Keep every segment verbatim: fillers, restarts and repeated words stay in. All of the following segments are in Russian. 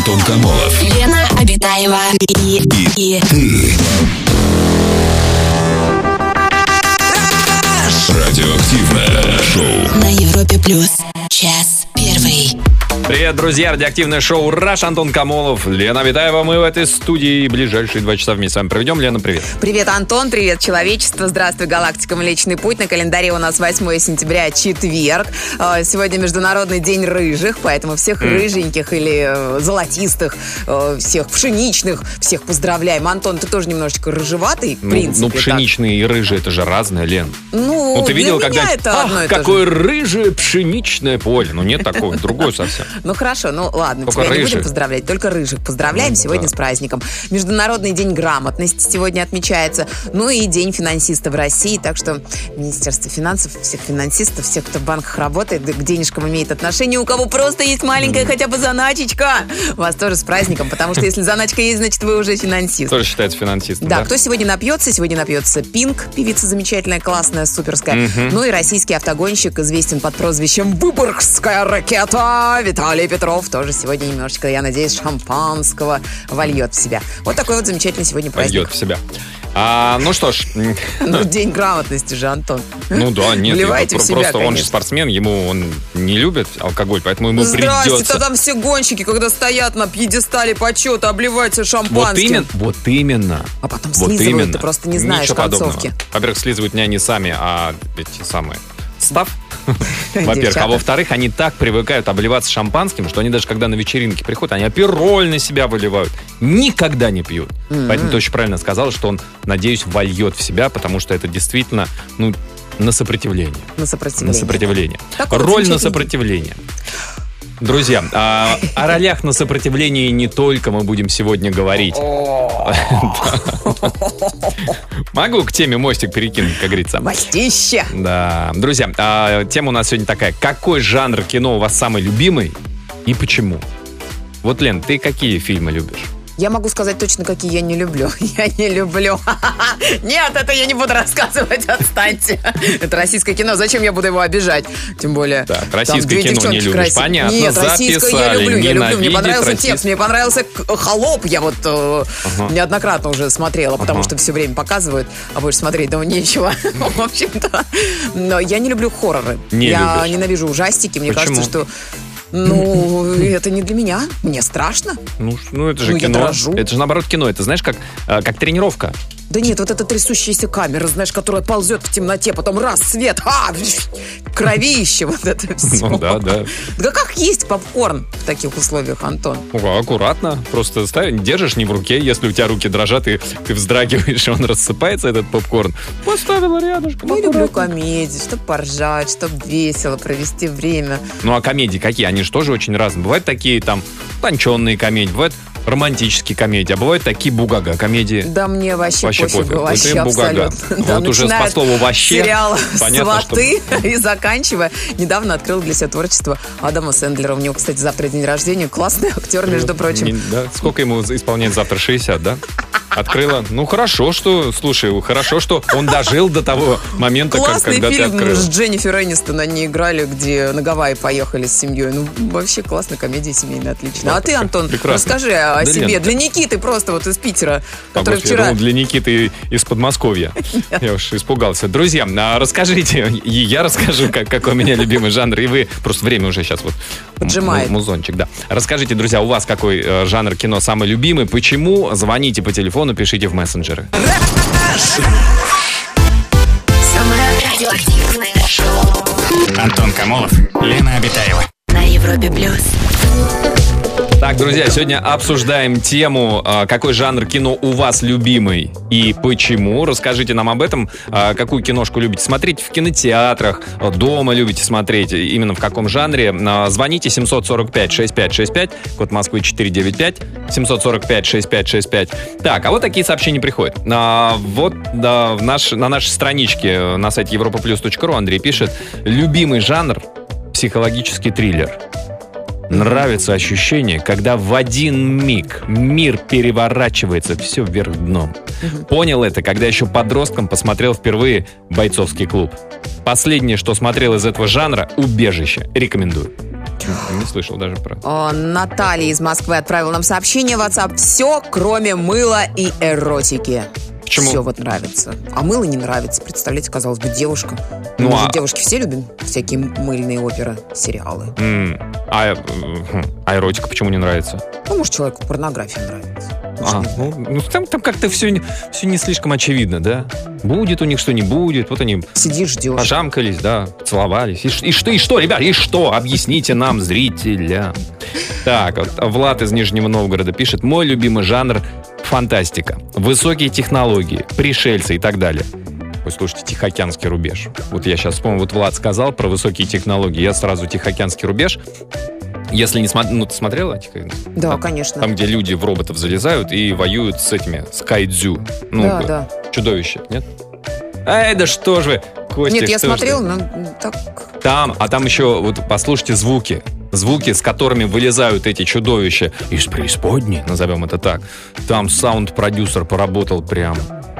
Антон Камолов, Лена Обитаева и, и, и ты. Радиоактивное шоу на Европе Плюс. Час первый. Привет, друзья! Радиоактивное шоу «Раш», Антон Камолов, Лена Обитаева. Мы в этой студии ближайшие два часа вместе с вами проведем. Лена, привет. Привет, Антон, привет, человечество. Здравствуй, галактика Млечный Путь. На календаре у нас восьмое сентября, четверг. Сегодня Международный день рыжих, поэтому всех mm. рыженьких или золотистых, всех пшеничных, всех поздравляем. Антон, ты тоже немножечко рыжеватый, в ну, принципе. Ну, пшеничные так. и рыжие, это же разное, Лен. Ну, ну ты видел, когда... это одно и то же. Какое рыжее пшеничное поле. Ну, нет такого, другое совсем. Ну, хорошо, ну, ладно, только тебя рыжих. не будем поздравлять, только рыжих поздравляем. Ну, сегодня да. с праздником. Международный день грамотности сегодня отмечается. Ну, и день финансиста в России. Так что Министерство финансов, всех финансистов, всех, кто в банках работает, к денежкам имеет отношение, у кого просто есть маленькая mm. хотя бы заначечка, вас тоже с праздником, потому что если заначка есть, значит, вы уже финансист. Тоже считается финансистом, да? Да, кто сегодня напьется? Сегодня напьется Пинк, певица замечательная, классная, суперская. Mm-hmm. Ну, и российский автогонщик, известен под прозвищем «Выборгская ракета», Виталий Петров, тоже сегодня немножечко, я надеюсь, шампанского вольет в себя. Вот такой вот замечательный сегодня праздник. Вольет в себя. А, ну что ж. Ну, день грамотности же, Антон. Ну да, нет. Вливайте в себя, просто конечно. Он же спортсмен, ему он не любит алкоголь, поэтому ему Здрасте, придется... то там все гонщики, когда стоят на пьедестале почета, обливаются шампанским. Вот именно. Вот именно. А потом вот слизывают, именно. ты просто не знаешь Ничего концовки. Подобного. Во-первых, слизывают не они сами, а эти самые... Став. Во-первых, а во-вторых, они так привыкают обливаться шампанским, что они даже когда на вечеринке приходят, они апероль на себя выливают. Никогда не пьют. Mm-hmm. Поэтому ты очень правильно сказала, что он, надеюсь, вольет в себя, потому что это действительно, ну, на сопротивление. На сопротивление. На сопротивление. Такой Роль на сопротивление. Друзья, а, о ролях на сопротивлении не только мы будем сегодня говорить. Могу к теме мостик перекинуть, как говорится. Мостище! Да. Друзья, а, тема у нас сегодня такая. Какой жанр кино у вас самый любимый и почему? Вот, Лен, ты какие фильмы любишь? Я могу сказать точно, какие я не люблю. Я не люблю. Нет, это я не буду рассказывать, отстаньте. Это российское кино, зачем я буду его обижать? Тем более... Так, российское кино не любишь, красив... понятно, Нет, российское я люблю, я люблю. Мне понравился российский... текст, мне понравился «Холоп». Я вот э, ага. неоднократно уже смотрела, потому ага. что все время показывают, а больше смотреть дома нечего. В общем-то. Но я не люблю хорроры. Не я любишь. ненавижу ужастики. Мне Почему? кажется, что... Ну, это не для меня. Мне страшно. Ну, ну это же ну, кино. Я дрожу. Это же, наоборот, кино. Это, знаешь, как, как тренировка. Да нет, вот эта трясущаяся камера, знаешь, которая ползет в темноте, потом раз, свет, а, кровище, вот это все. Ну да, да. Да как есть попкорн в таких условиях, Антон? Ну, аккуратно. Просто ставь, держишь не в руке. Если у тебя руки дрожат, и ты вздрагиваешь, и он рассыпается, этот попкорн. Поставила рядышком. Я люблю комедии, чтобы поржать, чтобы весело провести время. Ну, а комедии какие? Они же тоже очень разные. Бывают такие там тонченные комедии, бывают романтические комедии, а бывают такие бугага комедии. Да мне вообще, вообще пофигу, пофиг. вообще вот абсолютно. Да, вот уже по слову «вообще» сериал понятно, «Сваты» что... и заканчивая. Недавно открыл для себя творчество Адама Сэндлера. У него, кстати, завтра день рождения. Классный актер, между прочим. Не, да? Сколько ему исполняет завтра? шестьдесят, да? Открыла. Ну, хорошо, что, слушай, хорошо, что он дожил до того момента, как, когда ты открыла. Классный фильм с Дженнифер Энистон они играли, где на Гавайи поехали с семьей. Ну, вообще классная комедия семейная, отлично. Да, а ты, Антон, прекрасно. Расскажи о да себе. Лен, для Никиты просто вот из Питера, который а, вчера... Я думал, для Никиты из Подмосковья. Я уж испугался. Друзья, расскажите, и я расскажу, как, какой у меня любимый жанр, и вы, просто время уже сейчас вот... Поджимает. Музончик, да. Расскажите, друзья, у вас какой э, жанр кино самый любимый, почему? Звоните по телефону, пишите в мессенджеры. Антон Камолов, Лена Обитаева. На Европе Плюс. Так, друзья, сегодня обсуждаем тему, какой жанр кино у вас любимый и почему. Расскажите нам об этом, какую киношку любите смотреть в кинотеатрах, дома любите смотреть, именно в каком жанре. Звоните семь四пять шесть пять шесть пять, код Москвы четыре девять пять, семь四пять шесть пять шесть пять. Так, а вот такие сообщения приходят. Вот да, в наш, на нашей страничке на сайте европа плюс точка ру Андрей пишет: любимый жанр — психологический триллер. Нравится ощущение, когда в один миг мир переворачивается, все вверх дном. Угу. Понял это, когда еще подростком посмотрел впервые «Бойцовский клуб». Последнее, что смотрел из этого жанра — «Убежище». Рекомендую. Не слышал даже про... О, Наталья из Москвы отправила нам сообщение в WhatsApp. Все, кроме мыла и эротики. Почему? Все вот нравится. А мыло не нравится. Представляете, казалось бы, девушка. Ну, Мы же, а- девушки все любим всякие мыльные оперы, сериалы. М, А, э, хм, а эротика почему не нравится? Ну, может, человеку порнография нравится. А, ну, ну, там, там как-то все, не- все не слишком очевидно, да? Будет у них, что не будет. Вот они Сидишь, ждешь. пожамкались, да, целовались. И, ш- и что, и что, ребят, и что? Объясните нам, зрителям. Так, вот Влад из Нижнего Новгорода пишет: мой любимый жанр — фантастика. Высокие технологии, пришельцы и так далее. Ой, слушайте, Тихоокеанский рубеж. Вот я сейчас вспомнил, вот Влад сказал про высокие технологии. Я сразу Тихоокеанский рубеж. Если не смотрел, ну ты смотрела? Тихоокеанский? Да, Там- конечно. Там, где люди в роботов залезают и воюют с этими, с кайдзю. Ну, да, г- да. чудовище, нет? Эй, да что ж вы, Костя, Нет, я что ж смотрела, ты? но так... Там, а там еще, вот послушайте звуки. Звуки, с которыми вылезают эти чудовища из преисподней, назовем это так. Там саунд-продюсер поработал прям.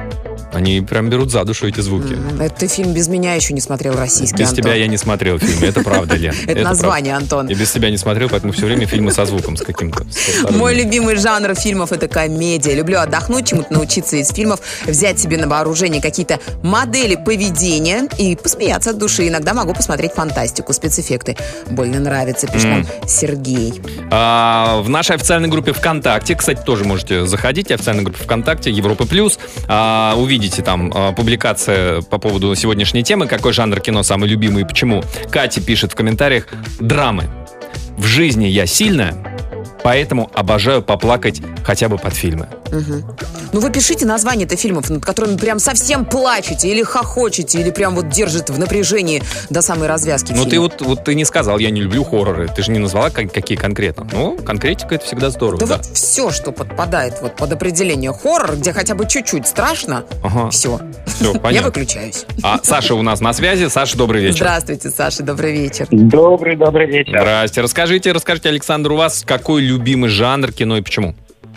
Они прям берут за душу эти звуки. М, Это ты фильм «Без меня» еще не смотрел, российский, Без Антон. тебя я не смотрел фильмы, это правда, Лен. Это название, Антон. Я без тебя не смотрел, поэтому все время фильмы со звуком, с каким-то. с Мой посторонним. любимый жанр фильмов — это комедия. Люблю отдохнуть, чему-то научиться из фильмов, взять себе на вооружение какие-то модели поведения и посмеяться от души. Иногда могу посмотреть фантастику, спецэффекты. Больно нравится, пишет нам Сергей. А, в нашей официальной группе ВКонтакте, кстати, тоже можете заходить, официальная группа ВКонтакте, Европа Плюс, а, увидите там а, публикация по поводу сегодняшней темы, какой жанр кино самый любимый и почему. Катя пишет в комментариях: драмы. В жизни я сильная, поэтому обожаю поплакать хотя бы под фильмы. Мгм. Ну вы пишите названия-то фильмов, над которыми прям совсем плачете или хохочете, или прям вот держит в напряжении до самой развязки Ну фильма. ты вот, вот ты не сказал, я не люблю хорроры, ты же не назвала как- какие конкретно. Ну, конкретика — это всегда здорово, Да, да. вот все, что подпадает вот под определение хоррор, где хотя бы чуть-чуть страшно, Ага. все. Все, Я понятно. выключаюсь. А Саша у нас на связи. Саша, добрый вечер. Здравствуйте, Саша, добрый вечер. Добрый, добрый вечер. Здрасте. Расскажите, расскажите, Александр, у вас какой любимый жанр кино и почему?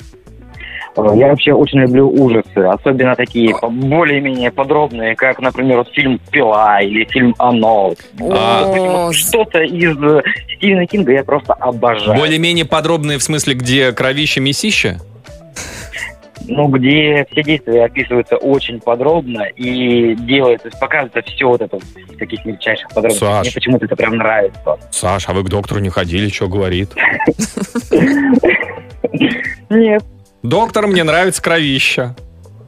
Я вообще очень люблю ужасы, особенно такие по- более-менее подробные, как, например, вот фильм «Пила» или фильм «Оно». А- Допустим, вот О, что-то из э, Стивена Кинга я просто обожаю. Более-менее подробные в смысле, где кровище, мясище? Ну, где все действия описываются очень подробно и делается, показывается все вот это в таких мельчайших подробностях. Саш. Мне почему-то это прям нравится. Саш, а вы к доктору не ходили, что говорит? Нет. Доктор, мне нравится кровища.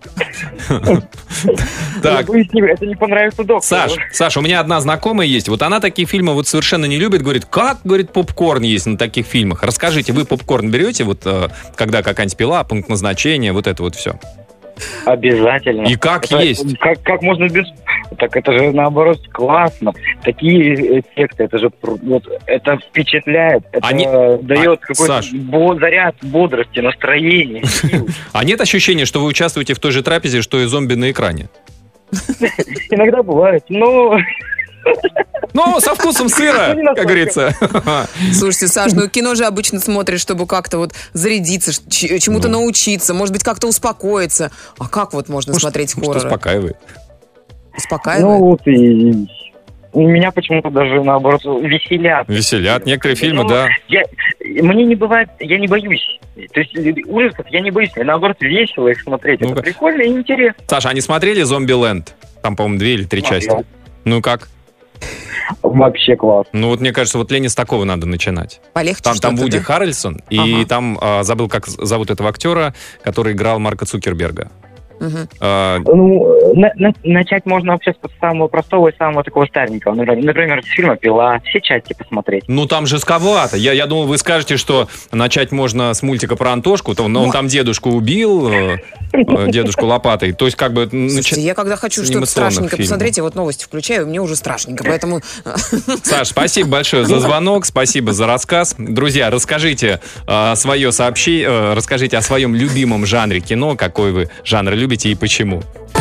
Так, Боюсь, не- это не понравится доктору. Саш, Саш, у меня одна знакомая есть. Вот она такие фильмы вот совершенно не любит. Говорит, как, говорит, попкорн есть на таких фильмах. Расскажите, вы попкорн берете, вот э, когда какая-нибудь пила, пункт назначения, вот это вот все? Обязательно. И как Это- есть? Как, как можно без... Так это же, наоборот, классно. Такие эффекты, это же пр- вот, это впечатляет. Это Они- дает А, какой-то Саш. бо- заряд бодрости, настроения. сил. А нет ощущения, что вы участвуете в той же трапезе, что и зомби на экране? Иногда бывает, но... Ну, со вкусом сыра, Ну, не как настолько. говорится. Слушайте, Саш, ну кино же обычно смотришь, чтобы как-то вот зарядиться, ш- ч- чему-то Ну. научиться, может быть, как-то успокоиться. А как вот можно смотреть Может, хорроры? успокаивает. Успокаивает? Ну вот и... Меня почему-то даже, наоборот, веселят. Веселят. Некоторые фильмы, Ну, да. Я, мне не бывает, я не боюсь. То есть э, ужасов я не боюсь, мне наоборот весело их смотреть. Ну-ка. Это прикольно и интересно. Саша, а не смотрели «Зомбиленд»? Там, по-моему, две или три части. Смотрел. Ну как? Вообще класс. Ну вот мне кажется, вот Лене с такого надо начинать. Полегче Там, там что-то, Вуди да? Харрельсон, и Ага. там, а, забыл, как зовут этого актера, который играл Марка Цукерберга. Мгм. А, Ну, на- на- начать можно вообще с самого простого и самого такого старенького. Например, например, с фильма «Пила», все части посмотреть. ну там жестковато. Я, я думал, вы скажете, что начать можно с мультика про Антошку. То, он, он там дедушку убил, э, э, дедушку лопатой. То есть как бы... Слушайте, начи- я когда хочу с что-то анимационных страшненькое фильмов. посмотреть, я вот новости включаю, мне уже страшненько, поэтому... Саш, спасибо большое за звонок, спасибо за рассказ. Друзья, расскажите э, свое сообщение, э, расскажите о своем любимом жанре кино, какой вы жанр любите и почему.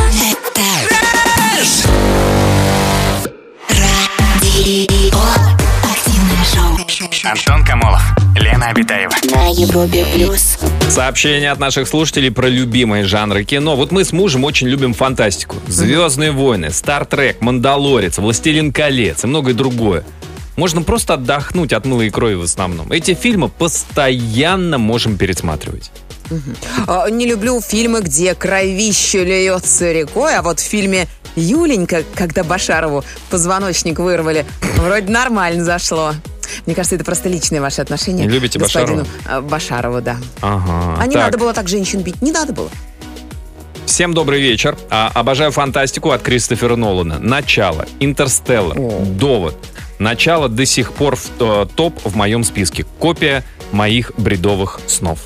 Радио. Активное шоу. Антон Камолов, Лена Обитаева. На Европе плюс. Сообщение от наших слушателей про любимые жанры кино. Вот мы с мужем очень любим фантастику. «Звездные войны», «Стартрек», «Мандалорец», «Властелин колец» и многое другое. Можно просто отдохнуть от мыла и крови в основном. Эти фильмы постоянно можем пересматривать. Угу. Не люблю фильмы, где кровище льется рекой, а вот в фильме «Юленька», когда Башарову позвоночник вырвали, вроде нормально зашло. Мне кажется, это просто личные ваши отношения. Не любите господину Башарову? Башарову, да. Ага. А не так. надо было так женщин бить, не надо было. Всем добрый вечер. А, обожаю фантастику от Кристофера Нолана. «Начало», «Интерстеллар», О. «Довод». «Начало» до сих пор в э, топ в моем списке. Копия моих бредовых снов.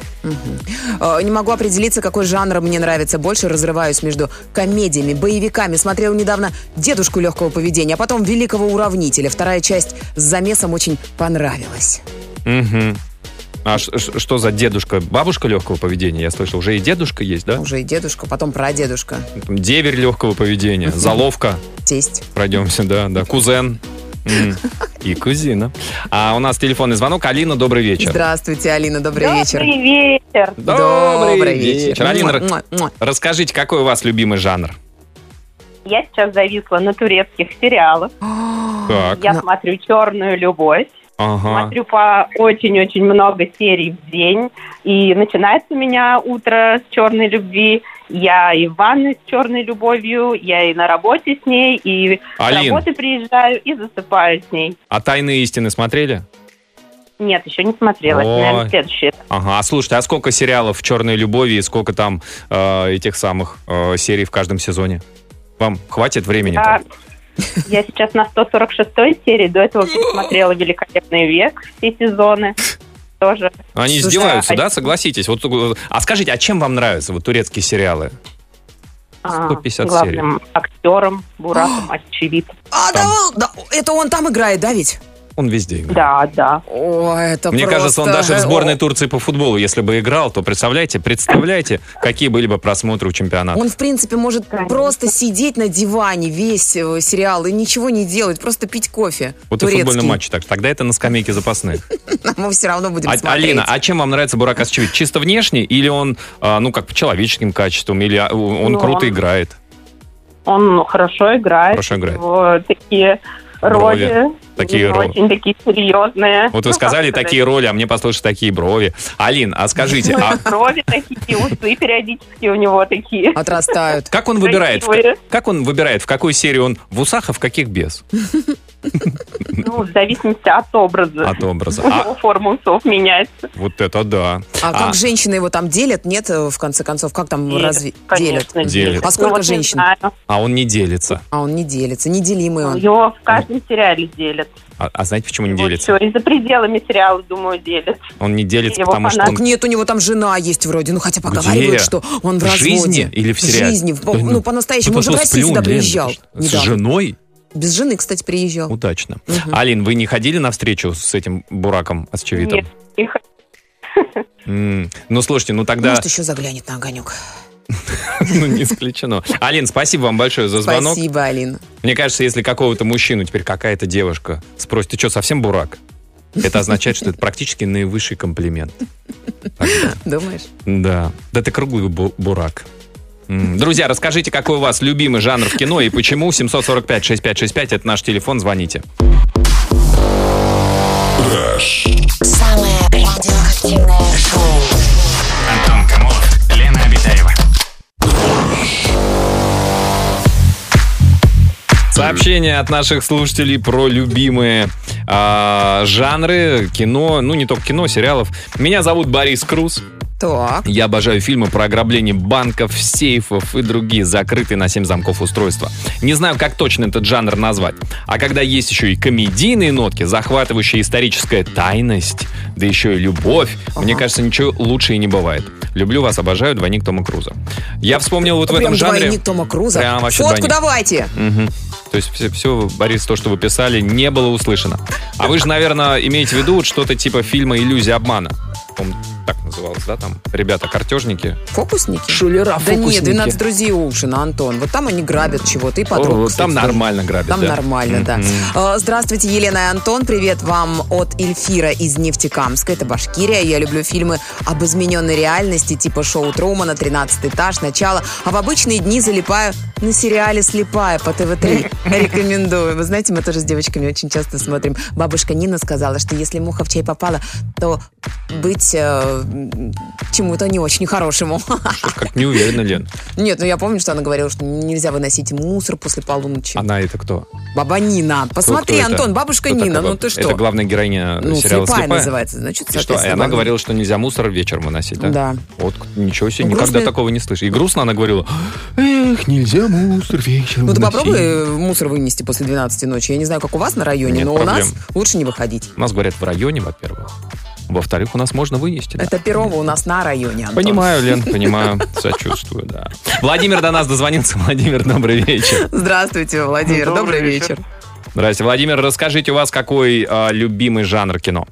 Угу. Не могу определиться, какой жанр мне нравится больше. Разрываюсь между комедиями, боевиками. Смотрел недавно «Дедушку легкого поведения», а потом «Великого уравнителя». Вторая часть с замесом очень понравилась. Угу. А ш- ш- что за дедушка? Бабушка легкого поведения? Я слышал, уже и дедушка есть, да? Уже и дедушка, потом прадедушка. Там деверь легкого поведения, заловка. Тесть. Пройдемся, да, да. Кузен. М. И кузина. А у нас телефонный звонок. Алина, добрый вечер. Здравствуйте, Алина, добрый вечер. Добрый вечер. Добрый, Добрый вечер. вечер. Алина, Муа, муа, муа. расскажите, какой у вас любимый жанр? Я сейчас зависла на турецких сериалах. Так. Я На- смотрю «Черную любовь». Ага. Смотрю по очень-очень много серий в день. И начинается у меня утро с «Черной любви». Я и в ванной с «Черной любовью», я и на работе с ней, и Алин. с работы приезжаю и засыпаю с ней. А «Тайные истины» смотрели? Нет, еще не смотрела. Это, Ой. наверное, следующее. Ага. А слушайте, а сколько сериалов «Черной любови» и сколько там э, этих самых э, серий в каждом сезоне? Вам хватит времени-то? Я, я сейчас на сто сорок шестой серии. До этого пересмотрела «Великолепный век», все сезоны. Тоже. Они Слушай, издеваются, а- да? Согласитесь. Вот, э, а скажите, а чем вам нравятся вот турецкие сериалы? а, сто пятьдесят главным актером Буратом Ачевитом. А, да, Там. да, это он там играет, да, ведь? Он везде играет. Да, да. О, это Мне просто... кажется, он даже в сборной О, Турции по футболу, если бы играл, то представляете, представляете, какие были бы просмотры у чемпионата. Он, в принципе, может Конечно. просто сидеть на диване весь э, сериал и ничего не делать, просто пить кофе Вот и турецкий. футбольный матч так. Тогда это на скамейке запасных. Мы все равно будем А- смотреть. Алина, а чем вам нравится Бурак Озчивит? Чисто внешне или он, а, ну, как по человеческим качествам, или а, он Ну, круто он- играет? Он хорошо играет. Хорошо играет. У него такие Брови. роли. Такие не роли. Очень такие серьезные. Вот вы Ну, сказали как такие роли, а мне послышались такие брови. Алин, а скажите, а сказать, брови такие, усы периодически у него такие. Отрастают. как он выбирает? в ка- Красивые. Как он выбирает, в какой серии он в усах, а в каких без? Ну, в зависимости от образа. От образа. У него А, форма усов меняется. вот это да. А, как А, женщины его там делят? Нет, э, в конце концов, как там Делят, разве делят? Конечно, Делят. А сколько Ну, вот не женщин? знаю. а он не делится. А он не делится, неделимый он. Его в каждом сериале делят. А, а знаете, почему не Вот делится? всё, и за пределами сериала, думаю, делят. Он не делится, Его потому что фанаты. он... Так нет, у него там жена есть вроде. Ну, хотя поговаривают, Где? что он в В разводе. жизни или в сериале? жизни. В- Да ну, Ну, по-настоящему. Ты Он же в просто Россию сплюнь, сюда Лен, приезжал. С недавно. женой? Без жены, кстати, приезжал. Удачно. Алин, вы не ходили на встречу с этим Бураком Озчивитом? Нет, их М, Ну, слушайте, ну тогда... Может, еще заглянет на огонек. Ну, не исключено. Алин, спасибо вам большое за звонок. Спасибо, Алина. Мне кажется, если какого-то мужчину теперь какая-то девушка спросит, ты что, совсем бурак? Это означает, что это практически наивысший комплимент. Тогда. Думаешь? Да. Да ты круглый бу- бурак. М. Друзья, расскажите, какой у вас любимый жанр в кино и почему. семь сорок пять шестьдесят пять шестьдесят пять, это наш телефон, звоните. Самое радиоактивное шоу. Антон Камолов, Лена Обитаева. Сообщение от наших слушателей про любимые а, жанры кино, ну не только кино, сериалов. Меня зовут Борис Круз. Так. Я обожаю фильмы про ограбление банков, сейфов и другие закрытые на семь замков устройства. Не знаю, как точно этот жанр назвать. А когда есть еще и комедийные нотки, захватывающая историческая тайность, да еще и любовь, мне кажется, ничего лучше и не бывает. Люблю вас, обожаю, двойник Тома Круза. Я вспомнил вот в Прям этом жанре... двойник Тома Круза. Прям вообще Фотку двойник. давайте. Мгм. То есть все, все, Борис, то, что вы писали, не было услышано. А вы же, наверное, имеете в виду вот что-то типа фильма «Иллюзия обмана». По-моему, так называлось, да, там? Ребята-картежники. Фокусники? Шулера, Да нет, фокусники. двенадцать друзей Оушена, Антон. Вот там они грабят чего-то и подруг, О, кстати, там тоже. нормально грабят, Там да? нормально, да. Мгм. Э, Здравствуйте, Елена и Антон. Привет вам от Эльфира из Нефтекамска. Это Башкирия. Я люблю фильмы об измененной реальности, типа шоу Трумана, тринадцатый этаж, начало. А в обычные дни залипаю на сериале «Слепая» по тэ вэ три. Рекомендую. Вы знаете, мы тоже с девочками очень часто смотрим. Бабушка Нина сказала, что если муха в чай попала, то быть э, чему-то не очень хорошему. Что-то как не уверена, Лен. Нет, ну я помню, что она говорила, что нельзя выносить мусор после полуночи. Она это кто? Баба Нина. Посмотри, Кто- кто это? Антон, бабушка Кто Нина, такая? ну ты что? Это главная героиня Ну, сериала «Слепая» «Слепая». называется, значит, И что? И соответственно, она главная. говорила, что нельзя мусор вечером выносить, да? Да. Вот ничего себе, Ну, никогда грустно. такого не слышал. И грустно она говорила, эх, нельзя мусор вечером Ну ты выносить. попробуй мусор вынести после двенадцати ночи. Я не знаю, как у вас на районе, Нет но у проблем. нас лучше не выходить. У нас говорят в районе, во-первых. Во-вторых, у нас можно вынести. да. Это Перово у нас на районе, Антон. Понимаю, Лен, понимаю, сочувствую, да. Владимир до нас дозвонился. Владимир, добрый вечер. Здравствуйте, Владимир. Добрый, Добрый вечер. вечер. Здравствуйте, Владимир. Расскажите, у вас какой а, любимый жанр кино?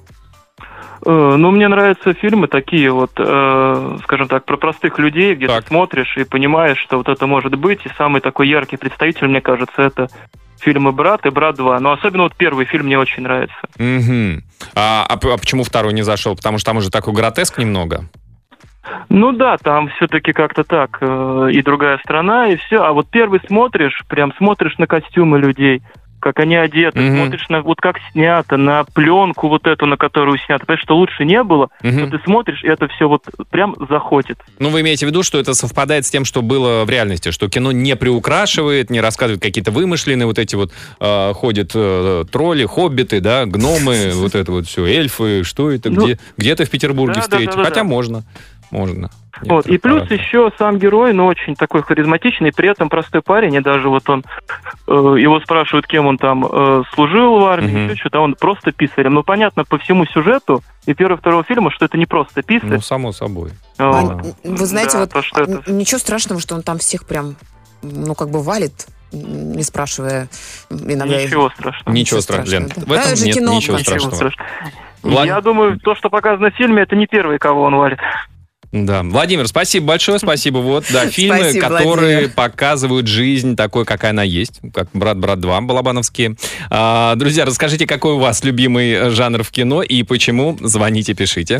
Э, Ну, мне нравятся фильмы такие вот, э, скажем так, про простых людей, где Так. ты смотришь и понимаешь, что вот это может быть. И самый такой яркий представитель, мне кажется, это фильмы «Брат» и «Брат два». Но особенно вот первый фильм мне очень нравится. Угу. А, а п- а почему второй не зашел? Потому что там уже такой гротеск немного. Ну да, там все-таки как-то так, э, и другая страна, и все. А вот первый смотришь, прям смотришь на костюмы людей, как они одеты, Мгм. смотришь на вот как снято, на пленку вот эту, на которую снято. Понимаешь, что лучше не было, Мгм. но ты смотришь, и это все вот прям заходит. Ну, вы имеете в виду, что это совпадает с тем, что было в реальности, что кино не приукрашивает, не рассказывает какие-то вымышленные вот эти вот э, ходят э, тролли, хоббиты, да, гномы, вот это вот все, эльфы, что это, Ну, где, где-то в Петербурге да, да, встретить. да, да, Хотя да. можно, можно. Вот. И Некоторые плюс по-разному. еще сам герой, ну, очень такой харизматичный, при этом простой парень, и даже вот он, э, его спрашивают, кем он там э, служил в армии, Мгм. еще что-то, а он просто писарем. Ну, понятно по всему сюжету и первого и второго фильма, что это не просто писарь. Ну, само собой. А, Вот. Вы знаете, Да, вот то, что это- н- ничего страшного, что он там всех прям, ну, как бы валит, не спрашивая иногда. Ничего страшного. Ничего Ничего страшного, Лен. страшного, В да. этом Да, это же нет кино, ничего ничего страшного. страшного. Влад- Я думаю, то, что показано в фильме, это не первый, кого он валит. Да. Владимир, спасибо большое, спасибо. Вот, да, фильмы, Спасибо, которые Владимир. показывают жизнь такой, какая она есть, как «Брат, брат два» балабановские. А, друзья, расскажите, какой у вас любимый э, жанр в кино и почему? Звоните, пишите.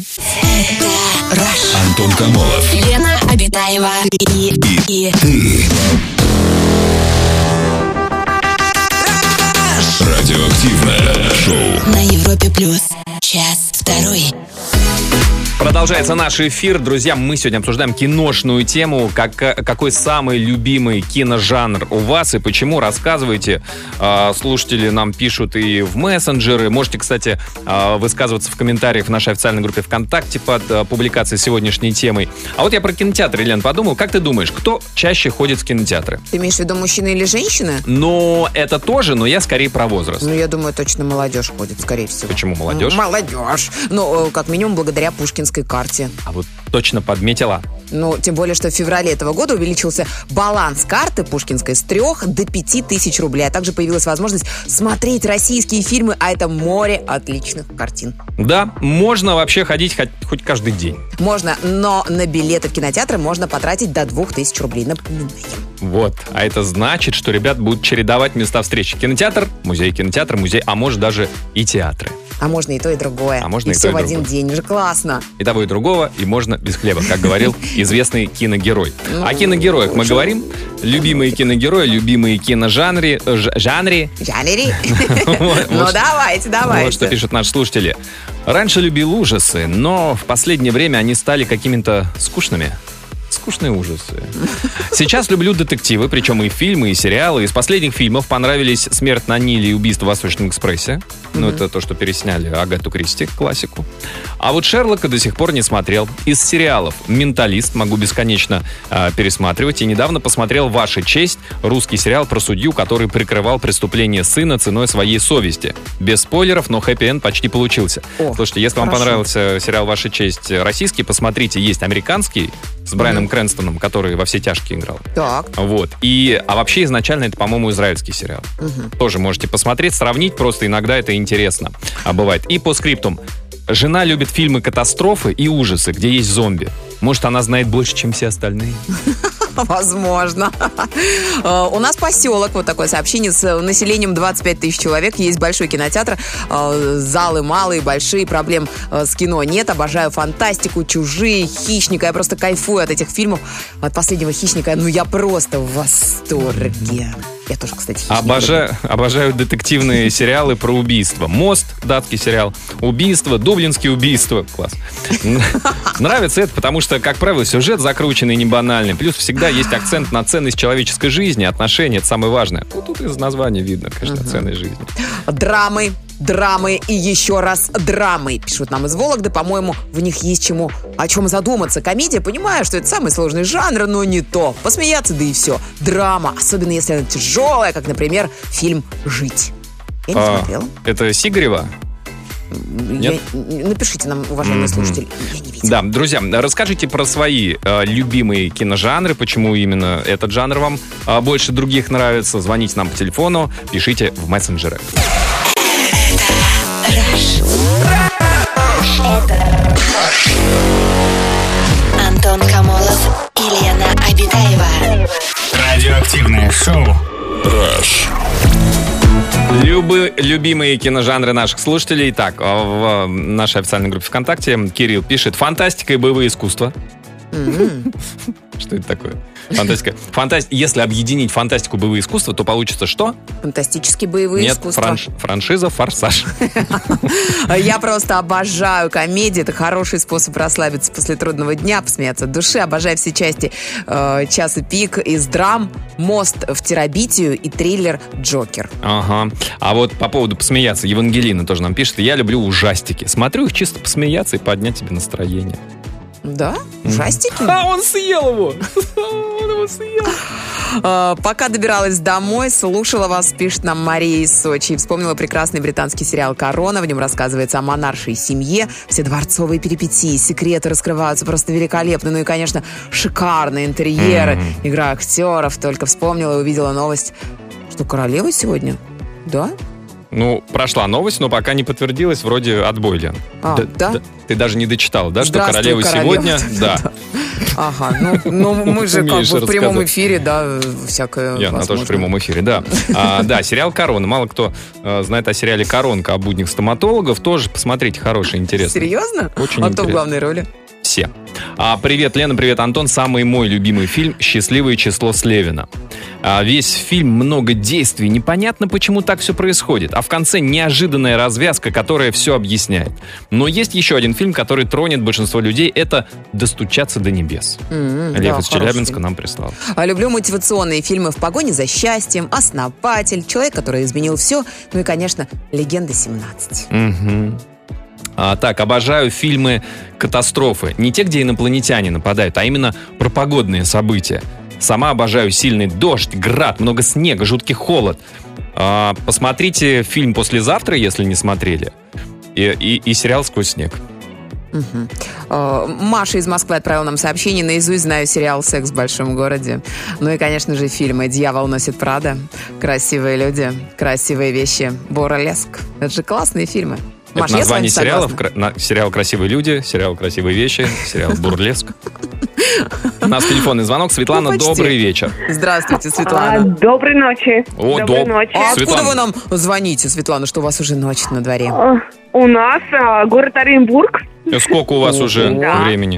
Антон Камолов. Лена Обитаева и, и, Радиоактивное шоу. на Европе плюс. Час второй. Продолжается наш эфир. Друзья, мы сегодня обсуждаем киношную тему. Как, какой самый любимый киножанр у вас и почему? Рассказывайте. А, слушатели нам пишут и в мессенджеры. Можете, кстати, а, высказываться в комментариях в нашей официальной группе ВКонтакте под а, публикацией сегодняшней темой. А вот я про кинотеатры, Лен, подумал. Как ты думаешь, кто чаще ходит в кинотеатры? Ты имеешь в виду мужчины или женщины? Но это тоже, но я скорее про возраст. Ну, я думаю, точно молодежь ходит, скорее всего. Почему молодежь? М, Молодежь. Ну, э, как минимум, благодаря Пушкинской карте. А вот точно подметила. Ну, тем более, что в феврале этого года увеличился баланс карты Пушкинской с трех до пяти тысяч рублей. А также появилась возможность смотреть российские фильмы, а это море отличных картин. Да, можно вообще ходить хоть, хоть каждый день. Можно, но на билеты в кинотеатры можно потратить до двух тысяч рублей. Напоминаем. Вот. А это значит, что ребят будут чередовать места встречи. Кинотеатр, музей, кинотеатр, музей, а может даже и театры. А можно и то, и другое. А можно и и все то, и в один другое. день. Же классно. И того, и другого, и можно без хлеба, как говорил известный киногерой. Ну, О киногероях мы лучше. говорим. Любимые киногерои, любимые киножанры, э, ж- жанре. Жанри. Вот, Ну, вот давайте, давайте. Вот что пишут наши слушатели. Раньше любил ужасы, но в последнее время они стали какими-то скучными. Скучные ужасы. Сейчас люблю детективы, причем и фильмы, и сериалы. Из последних фильмов понравились «Смерть на Ниле» и «Убийство в Восточном экспрессе». Ну, это то, что пересняли Агату Кристи, классику. А вот «Шерлока» до сих пор не смотрел. Из сериалов «Менталист» могу бесконечно а, пересматривать. И недавно посмотрел «Ваша честь», русский сериал про судью, который прикрывал преступление сына ценой своей совести. Без спойлеров, но хэппи-энд почти получился. О, Слушайте, если вам хорошо. понравился сериал «Ваша честь» российский, посмотрите, есть американский с Брайаном Крэнстоном, который во «Все тяжкие» играл. Так. Вот. И, а вообще изначально это, по-моему, израильский сериал. Тоже можете посмотреть, сравнить, просто иногда это интересно. А бывает. И по скриптум. Жена любит фильмы катастрофы и ужасы, где есть зомби. Может, она знает больше, чем все остальные? Возможно. У нас поселок, вот такое сообщение, с населением двадцать пять тысяч человек. Есть большой кинотеатр, залы малые, большие, проблем с кино нет. Обожаю фантастику, «Чужие», «Хищника». Я просто кайфую от этих фильмов. От «Последнего хищника». Ну, я просто в восторге. Я тоже, кстати, хищник. Обожаю, обожаю детективные сериалы про убийства. «Мост», датский сериал, «Убийство», «Дублинские убийства». Класс. Нравится это, потому что, как правило, сюжет закрученный и не банальный. Плюс всегда есть акцент на ценность человеческой жизни, отношения. Это самое важное. Ну, тут из названия видно, конечно, угу. ценность жизни. Драмы, драмы и еще раз драмы. Пишут нам из Вологды. По-моему, в них есть чему, о чем задуматься. Комедия, понимаю, что это самый сложный жанр, но не то. Посмеяться, да и все. Драма, особенно если она тяжелая, как, например, фильм «Жить». Я не а, смотрела. Это Сигарева? Нет? Я, напишите нам, уважаемые mm-hmm. слушатели. Я не видела. Да, друзья, расскажите про свои э, любимые киножанры, почему именно этот жанр вам э, больше других нравится. Звоните нам по телефону, пишите в мессенджеры. Антон Камолов и Лена Обитаева. Радиоактивное шоу Rush. Любы, любимые киножанры наших слушателей. Так, в нашей официальной группе ВКонтакте Кирилл пишет: фантастика и боевые искусства. Mm-hmm. Что это такое? Фантастика. Фантаст... Если объединить фантастику и боевые искусства, то получится что? Фантастические боевые Нет, искусства. Франш... франшиза «Форсаж». Я просто обожаю комедии. Это хороший способ расслабиться после трудного дня, посмеяться от души. Обожаю все части э, «Час и пик» из драм, «Мост в терабитию» и триллер «Джокер». Ага. А вот по поводу посмеяться, Евангелина тоже нам пишет: я люблю ужастики. Смотрю их чисто посмеяться и поднять себе настроение. Да? Ужастики? А, он съел его! Он его съел! А, пока добиралась домой, слушала вас, пишет нам Мария из Сочи. И вспомнила прекрасный британский сериал «Корона». В нем рассказывается о монаршей семье. Все дворцовые перипетии, секреты раскрываются просто великолепно. Ну и, конечно, шикарные интерьеры, mm-hmm. игра актеров. Только вспомнила и увидела новость, что королева сегодня. Да? Ну, прошла новость, но пока не подтвердилась, вроде отбой, Лен. А, да? да? Ты даже не дочитал, да, что королева, королева сегодня? Да. Ага, ну, ну мы же как бы в прямом эфире, да, всякое Я, она тоже в прямом эфире, да. а, да, сериал «Корона». Мало кто а, знает о сериале «Коронка», о буднях стоматологов. Тоже посмотрите, хороший, интересный. Серьезно? Очень а интересно. Кто в главной роли? Все. А, привет, Лена, привет, Антон. Самый мой любимый фильм «Счастливое число Слевина». А, весь фильм много действий. Непонятно, почему так все происходит. А в конце неожиданная развязка, которая все объясняет. Но есть еще один фильм, который тронет большинство людей. Это «Достучаться до небес». Mm-hmm, Лев да, из Челябинска нам прислал. А люблю мотивационные фильмы «В погоне за счастьем», «Основатель», «Человек, который изменил все». Ну и, конечно, «Легенда семнадцать». Mm-hmm. А, так, обожаю фильмы «Катастрофы». Не те, где инопланетяне нападают, а именно про погодные события. Сама обожаю сильный дождь, град, много снега, жуткий холод. А, посмотрите фильм «Послезавтра», если не смотрели. И, и, и сериал «Сквозь снег». Угу. О, Маша из Москвы отправила нам сообщение. Наизусть знаю сериал «Секс в большом городе». Ну и, конечно же, фильмы «Дьявол носит Прада», «Красивые люди», «Красивые вещи», «Бурлеск». Это же классные фильмы. Это Маш, название сериалов. Кра- сериал «Красивые люди», сериал «Красивые вещи», сериал «Бурлеск». У нас телефонный звонок. Светлана, ну, добрый вечер. Здравствуйте, Светлана. А, доброй ночи. О, доброй доб... ночи. А откуда вы нам звоните, Светлана, что у вас уже ночь на дворе? А, у нас а, город Оренбург. Сколько у вас уже да. времени?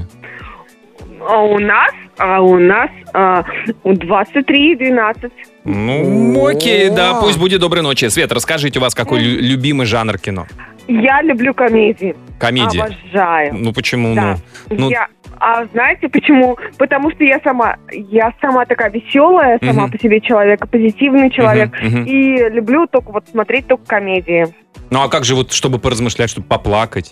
А у нас, а у нас а, двадцать три двенадцать. Ну, окей, да, пусть будет доброй ночи. Свет, расскажите, у вас какой лю- любимый жанр кино? Я люблю комедии. Комедии? Обожаю. Ну, почему? Да. Ну, ну... Я, а знаете почему? Потому что я сама, я сама такая веселая, сама uh-huh. по себе человек, позитивный человек. Uh-huh. Uh-huh. И люблю только вот смотреть только комедии. Ну, а как же вот, чтобы поразмышлять, чтобы поплакать?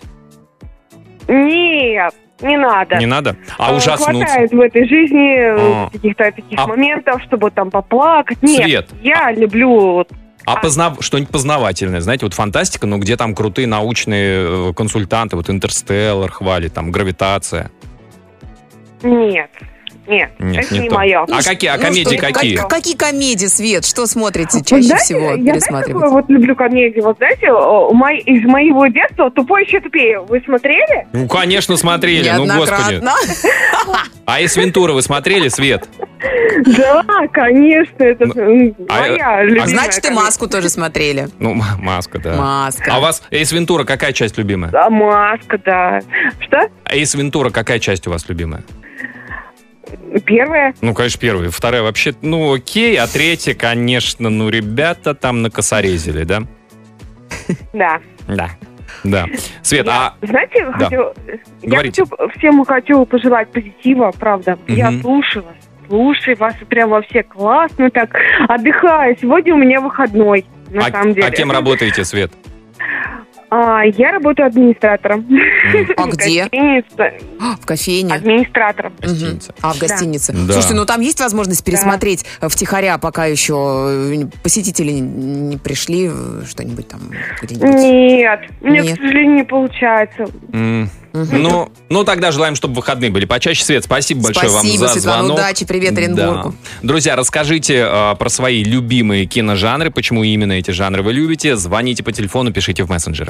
Нет. Не надо. Не надо? А ужаснуться? Хватает в этой жизни а. каких-то таких а. моментов, чтобы там поплакать. Нет, Свет. я а. люблю... А познав... что-нибудь познавательное, знаете, вот фантастика, но где там крутые научные консультанты, вот «Интерстеллар» хвалит, там «Гравитация». Нет. Нет, Нет, это не, не то. мое. А какие, а комедии ну, что, какие? Как, какие комедии, Свет? Что смотрите чаще знаете, всего, я пересматриваете? Я вот люблю комедии. Вот знаете, мой, из моего детства «Тупой еще тупее». Вы смотрели? Ну, конечно, смотрели. Ну, господи. А «Эйс Вентура» вы смотрели, Свет? Да, конечно, это Ну, а- моя а любимая. Значит, и комедия. «Маску» тоже смотрели. Ну, м- маска, да. «Маска». А у вас Эйс Вентура какая часть любимая? Да, маска, да. Что? Эйс Вентура какая часть у вас любимая? Первая? Ну, конечно, первая. Вторая вообще, ну, окей. А третья, конечно, ну, ребята там накосорезили, да? Да. Да. Да. Свет, Я, а... знаете, Да. хочу, я Говорите. хочу, всем хочу пожелать позитива, правда. Я Мгм. слушала, слушаю вас прям вообще классно так. Отдыхаю. Сегодня у меня выходной, на а, самом деле. а кем работаете, Свет? А, я работаю администратором. А где? Гостиница. А, в кофейне. Администратором. Гостиница. А, в гостинице. Да. Слушайте, ну там есть возможность пересмотреть э, втихаря, пока еще э, посетители не- не пришли, э, что-нибудь там где-нибудь? Нет, мне, Нет. к сожалению, не получается. М, Ну, ну, тогда желаем, чтобы выходные были почаще. Свет, спасибо большое Спасибо, вам за Светлана, звонок. удачи, привет Оренбургу. Да. Друзья, расскажите э, про свои любимые киножанры, почему именно эти жанры вы любите. Звоните по телефону, пишите в мессенджеры.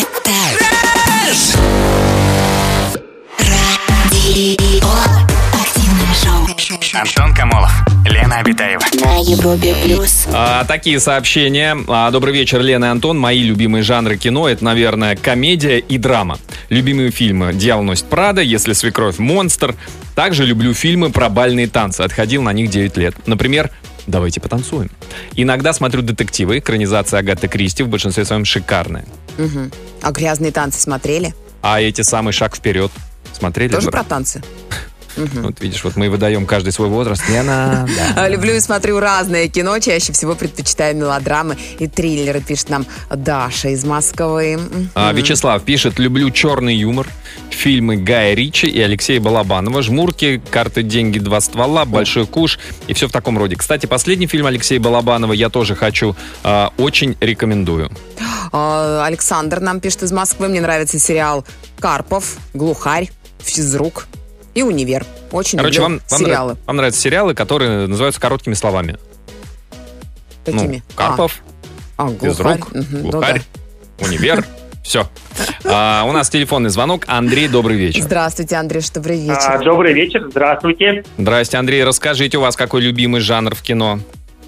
Радио. Активное шоу. Антон Камолов, Лена Обитаева. На Европе плюс. А, такие сообщения. А, добрый вечер, Лена и Антон. Мои любимые жанры кино — это, наверное, комедия и драма. Любимые фильмы «Дьявол носит Прада», «Если свекровь монстр». Также люблю фильмы про бальные танцы. Отходил на них девять лет. Например, «Давайте потанцуем». Иногда смотрю детективы. Экранизация Агаты Кристи в большинстве своем шикарная. Мгм. А «Грязные танцы» смотрели? А эти самый «Шаг вперед» смотрели? Тоже Да. про танцы? Мгм. Вот видишь, вот мы и выдаем каждый свой возраст. Лена, да. А, Люблю и смотрю разное кино, чаще всего предпочитаю мелодрамы и триллеры, пишет нам Даша из Москвы. Мгм. А, Вячеслав пишет: люблю черный юмор, фильмы Гая Ричи и Алексея Балабанова, «Жмурки», «Карты, деньги, два ствола», «Большой куш» и все в таком роде. Кстати, последний фильм Алексея Балабанова я тоже хочу, а, очень рекомендую. А, Александр нам пишет из Москвы. Мне нравится сериал «Карпов», «Глухарь», «Физрук» и «Универ». Очень Короче, люблю вам, вам, сериалы. нрав- вам нравятся сериалы, которые называются короткими словами. Какими? Ну, «Карпов», А, а, «Глухарь». «Физрук», Мгм, ну «Глухарь», да. «Универ». Все. У нас телефонный звонок. Андрей, добрый вечер. Здравствуйте, Андрюш, добрый вечер. А, добрый вечер, здравствуйте. Здрасте, Андрей. Расскажите, у вас какой любимый жанр в кино?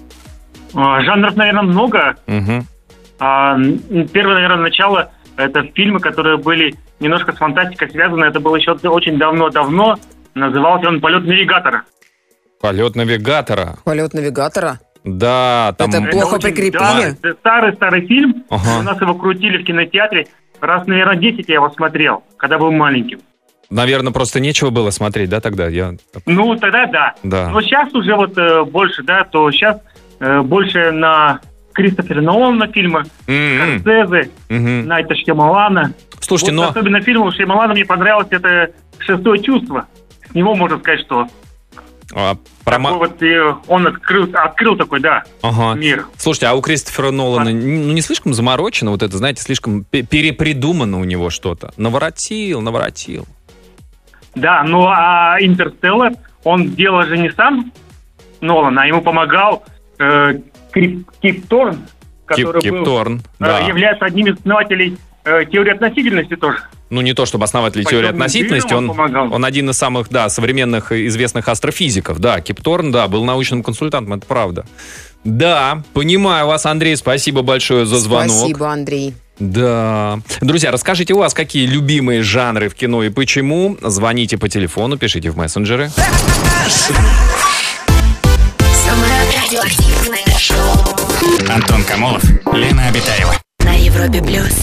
А, жанров, наверное, много. Мгм. А, м, первое, наверное, начало – это фильмы, которые были немножко с фантастикой связаны. Это было еще очень давно-давно. Назывался он «Полет навигатора». «Полет навигатора». «Полет навигатора»? Да, там... Это плохо очень прикрепили? старый- Старый-старый фильм. Ага. У нас его крутили в кинотеатре. Раз, наверное, десять я его смотрел, когда был маленьким. Наверное, просто нечего было смотреть, да, тогда? Я... Ну, тогда да. Да. Но сейчас уже вот э, больше, да, то сейчас э, больше на Кристофера Нолана фильмы, М-м. Скорсезе, Мгм. Найта Шьямалана. Слушайте, вот но... особенно фильм у Шьямалана мне понравилось, это «Шестое чувство». С него можно сказать, что а, про ма- такой вот, э, он открыл, открыл такой, да, Ага. мир. Слушайте, а у Кристофера Нолана А. н- ну, не слишком заморочено вот это, знаете, слишком пе- перепридумано у него что-то? Наворотил, наворотил. Да, ну а «Интерстеллар», он сделал же не сам Нолан, а ему помогал э, Крип, Кип Торн, который Кип, был, Кип Торн, э, да. является одним из основателей э, теории относительности тоже. Ну, не то чтобы основатель По теории темным относительности, дырам он, он помогал. он один из самых, да, современных и известных астрофизиков. Да, Кип Торн, да, был научным консультантом, это правда. Да, понимаю вас, Андрей, спасибо большое за звонок. Спасибо, Андрей. Да. Друзья, расскажите, у вас какие любимые жанры в кино и почему? Звоните по телефону, пишите в мессенджеры. Самое радиоактивное шоу. Антон Камолов, Лена Обитаева. На Европе плюс.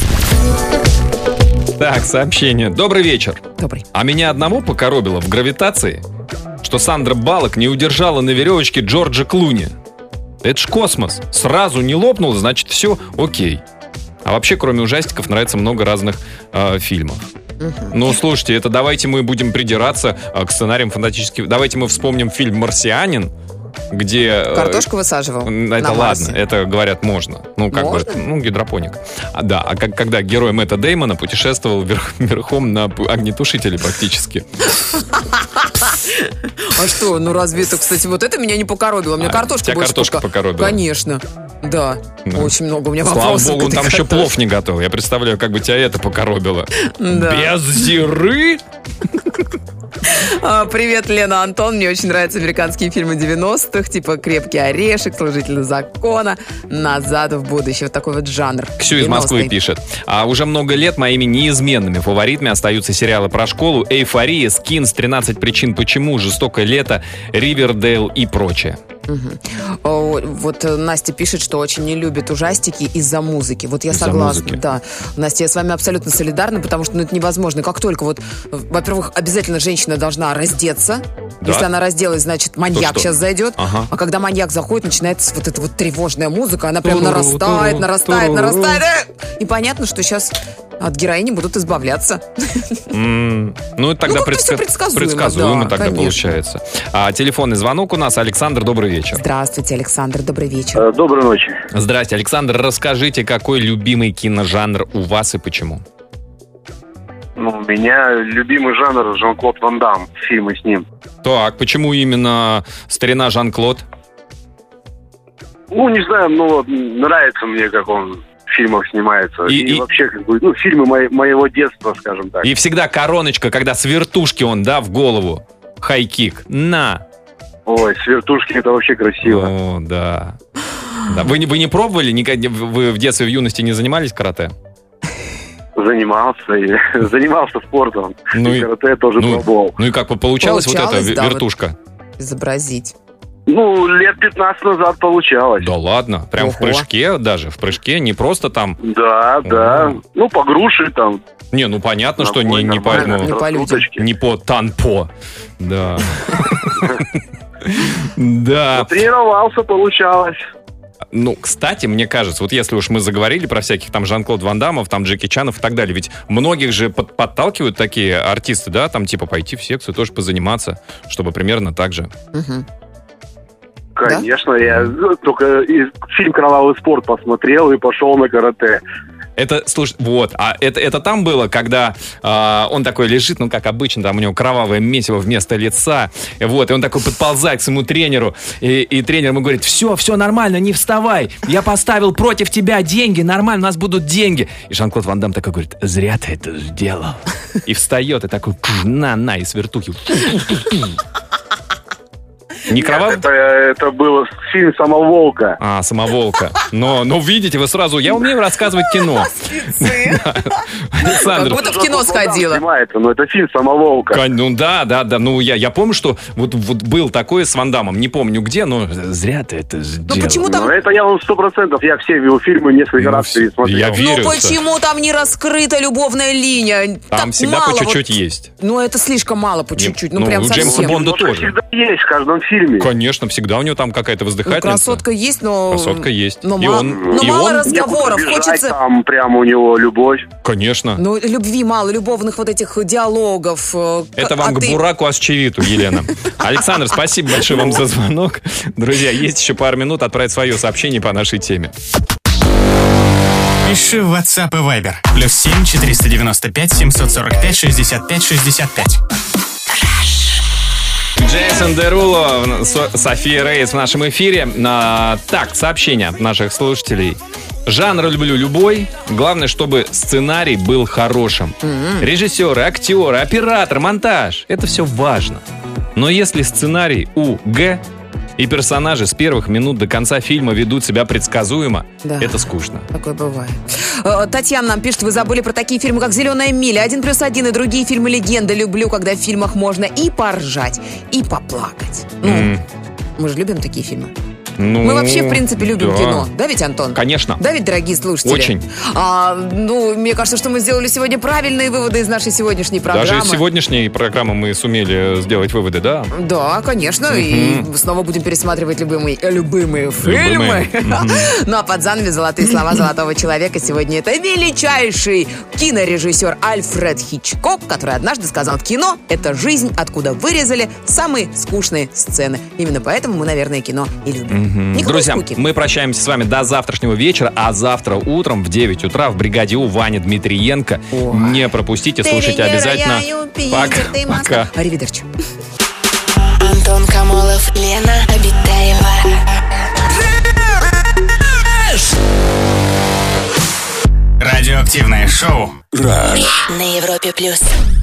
Так, сообщение. Добрый вечер. Добрый. А меня одного покоробило в «Гравитации», что Сандра Баллок не удержала на веревочке Джорджа Клуни. Это ж космос. Сразу не лопнул, значит, все окей. А вообще, кроме ужастиков, нравится много разных э, фильмов. Ну, слушайте, это давайте мы будем придираться э, к сценариям фантастических. Давайте мы вспомним фильм «Марсианин», где... э, Картошку высаживал Это на ладно, Марсе. это, говорят, можно. Ну, как Можно? бы, ну, гидропоник. А, да, а как, когда герой Мэтта Деймона путешествовал верх- верхом на п- огнетушителе практически. А что, ну разве это, кстати, вот это меня не покоробило. Мне А, картошка тебя больше картошка пока- покоробила? Конечно, да. Ну, Очень много у меня Слава вопросов. богу, к он этой там еще картошке. плов не готовил. Я представляю, как бы тебя это покоробило. Да. Без зиры? А, Привет, Лена, Антон. Мне очень нравятся американские фильмы девяностых, типа «Крепкий орешек», «Служители закона», «Назад в будущее». Вот такой вот жанр. Ксю из Москвы девяностые. пишет. А уже много лет моими неизменными фаворитами остаются сериалы про школу, «Эйфория», «Скинс», «тринадцать причин почему», «Жестокое лето», «Ривердейл» и прочее. Мгм. О, Вот э, Настя пишет, что очень не любит ужастики из-за музыки. Вот я Из-за согласна, музыки. да. Настя, я с вами абсолютно солидарна, потому что ну, это невозможно. Как только вот, э, во-первых, обязательно женщина должна раздеться. Да. Если она разделась, значит, маньяк что? сейчас зайдет. Ага. А когда маньяк заходит, начинается вот эта вот тревожная музыка. Она прям Туру, нарастает, туру, нарастает, туру. нарастает. Э! И понятно, что сейчас от героини будут избавляться. М, Ну, это тогда Ну, как-то всё предска- предсказуемо, предсказуемо да, тогда конечно. получается. А, телефонный звонок у нас. Александр, добрый вечер. Здравствуйте, Александр, добрый вечер. Э, Доброй ночи. Здрасте, Александр. Расскажите, какой любимый киножанр у вас и почему? Ну, у меня любимый жанр Жан-Клод Ван Дамм, фильмы с ним. Так, почему именно старина Жан-Клод? Ну, не знаю, ну, вот, нравится мне, как он в фильмах снимается. И- И, и- вообще, как бы, ну, фильмы мои- моего детства, скажем так. И всегда короночка, когда с вертушки он, да, в голову. Хай-кик. На. Ой, с вертушки это вообще красиво. О, да. Да. Вы, не- вы не пробовали? Никогда- Вы в детстве, в юности не занимались карате? Занимался, и, занимался спортом. Ну и и- карате тоже ну, пробовал. Ну и как, получалось, вот Получалось, эта да, вот. вертушка? Изобразить. Ну, лет пятнадцать назад получалось. Да ладно, прям в Ого. прыжке даже, в прыжке, не просто там... Да, да. Ну, по груши там. Не, ну понятно, что Ногой не, не по нормально, этому... Не по людям. раскруточки. Не по танпо. Да. Да. Тренировался, получалось. Ну, кстати, мне кажется, вот если уж мы заговорили про всяких там Жан-Клод Ван Даммов, там Джеки Чанов и так далее, ведь многих же под- подталкивают такие артисты, да, там типа пойти в секцию, тоже позаниматься, чтобы примерно так же. Мгм. Конечно, я только из- фильм «Кровавый спорт» посмотрел и пошел на карате. Это, слушай, вот, а это, это там было, когда а, он такой лежит, ну, как обычно, там у него кровавое месиво вместо лица, вот, и он такой подползает к своему тренеру, и, и тренер ему говорит: все, все нормально, не вставай, я поставил против тебя деньги, нормально, у нас будут деньги. И Жан-Клод Ван Дамм такой говорит: зря ты это сделал. И встает, и такой, на-на, и с вертухи. Не кровавый? Это, это был фильм «Самоволка». А, самоволка. Но, но видите, вы сразу... Я умею рассказывать кино. Александр. Как будто в кино сходила. Снимается, но это фильм «Самоволка». Кон- Ну да, да, да. Ну я, я помню, что вот, вот был такое с Ван Даммом. Не помню где, но зря ты это сделал. почему там- Ну, это я вам сто процентов, я все его фильмы несколько Ну, раз пересмотрел. я верю. Ну что- почему там не раскрыта любовная линия? Там Так всегда мало по чуть-чуть вот- есть. Ну это слишком мало по чуть-чуть. Ну, ну, прям у Джеймса совсем. Бонда Ну, это тоже. всегда есть в каждом фильме. Конечно, всегда у него там какая-то Ну, воздыхательница. красотка есть, но... Красотка есть. Но, И ма- он- но и мало он- разговоров. Некуда бежать, Хочется... там прям у него любовь. Конечно. Ну, любви мало, любовных вот этих диалогов. э, Это к- вам а к ты- бураку Асчевиту, Елена. Александр, спасибо большое вам за звонок. Друзья, есть еще пару минут отправить свое сообщение по нашей теме. Пиши в WhatsApp и Viber. Плюс семь четыреста девяносто пять семьсот сорок пять шестьдесят пять шестьдесят пять. Джейсон Деруло, Со- София Рейс в нашем эфире. А, так, сообщение от наших слушателей. Жанр люблю любой. Главное, чтобы сценарий был хорошим. Режиссеры, актеры, оператор, монтаж. Это все важно. Но если сценарий у Г и персонажи с первых минут до конца фильма ведут себя предсказуемо, Да. это скучно. Такое бывает. Э, Татьяна нам пишет: вы забыли про такие фильмы, как «Зеленая миля», «Один плюс один» и другие фильмы «Легенда». Люблю, когда в фильмах можно и поржать, и поплакать. Ну, М, мы же любим такие фильмы. ну, Мы вообще, в принципе, любим да. кино. Да ведь, Антон? Конечно. Да ведь, дорогие слушатели? Очень. А, ну, мне кажется, что мы сделали сегодня правильные выводы из нашей сегодняшней программы. Даже из сегодняшней программы мы сумели сделать выводы, да? Да, конечно. И снова будем пересматривать любимые, э, любимые фильмы. Любимые. Мгм. Ну а под занавес «Золотые слова золотого человека» сегодня это величайший кинорежиссер Альфред Хичкок, который однажды сказал: кино — это жизнь, откуда вырезали самые скучные сцены. Именно поэтому мы, наверное, кино и любим. Мгм. Никакой Друзья, скуки. мы прощаемся с вами до завтрашнего вечера, а завтра утром в девять утра в бригаде у Вани Дмитриенко. Не пропустите, слушайте обязательно. Пока. Пока. Аривидерчи. Антон Камолов, Лена Обитаева. Радиоактивное шоу. На Европе плюс.